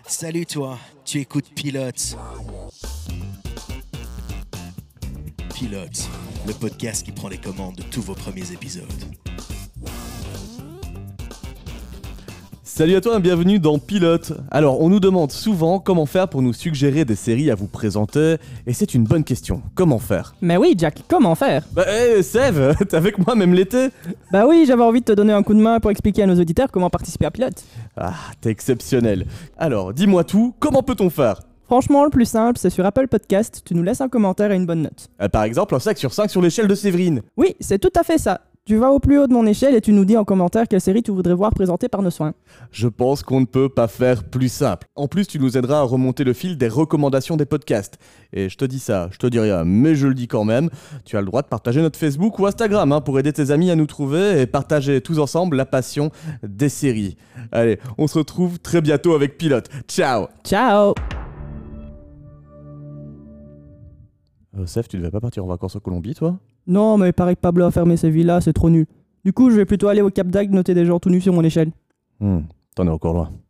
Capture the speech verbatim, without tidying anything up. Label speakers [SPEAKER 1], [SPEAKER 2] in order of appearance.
[SPEAKER 1] Salut toi, tu écoutes Pilote. Pilote, le podcast qui prend les commandes de tous vos premiers épisodes.
[SPEAKER 2] Salut à toi et bienvenue dans Pilote. Alors, on nous demande souvent comment faire pour nous suggérer des séries à vous présenter, et c'est une bonne question. Comment faire?
[SPEAKER 3] Mais oui, Jack, comment faire?
[SPEAKER 2] Bah, hé, hey, Sève, t'es avec moi même l'été?
[SPEAKER 3] Bah oui, j'avais envie de te donner un coup de main pour expliquer à nos auditeurs comment participer à Pilote.
[SPEAKER 2] Ah, t'es exceptionnel. Alors, dis-moi tout, comment peut-on faire?
[SPEAKER 3] Franchement, le plus simple, c'est sur Apple Podcast, tu nous laisses un commentaire et une bonne note.
[SPEAKER 2] Euh, par exemple, un cinq sur cinq sur l'échelle de Séverine.
[SPEAKER 3] Oui, c'est tout à fait ça. Tu vas au plus haut de mon échelle et tu nous dis en commentaire quelle série tu voudrais voir présentée par nos soins.
[SPEAKER 2] Je pense qu'on ne peut pas faire plus simple. En plus, tu nous aideras à remonter le fil des recommandations des podcasts. Et je te dis ça, je te dis rien, mais je le dis quand même. Tu as le droit de partager notre Facebook ou Instagram hein, pour aider tes amis à nous trouver et partager tous ensemble la passion des séries. Allez, on se retrouve très bientôt avec Pilote. Ciao.
[SPEAKER 3] Ciao.
[SPEAKER 2] Euh, Seth, tu devais pas partir en vacances en Colombie, toi?
[SPEAKER 3] Non, mais il paraît que Pablo a fermé ses villas, c'est trop nul. Du coup, je vais plutôt aller au Cap d'Agde noter des gens tout nus sur mon échelle.
[SPEAKER 2] Hmm, t'en es encore loin.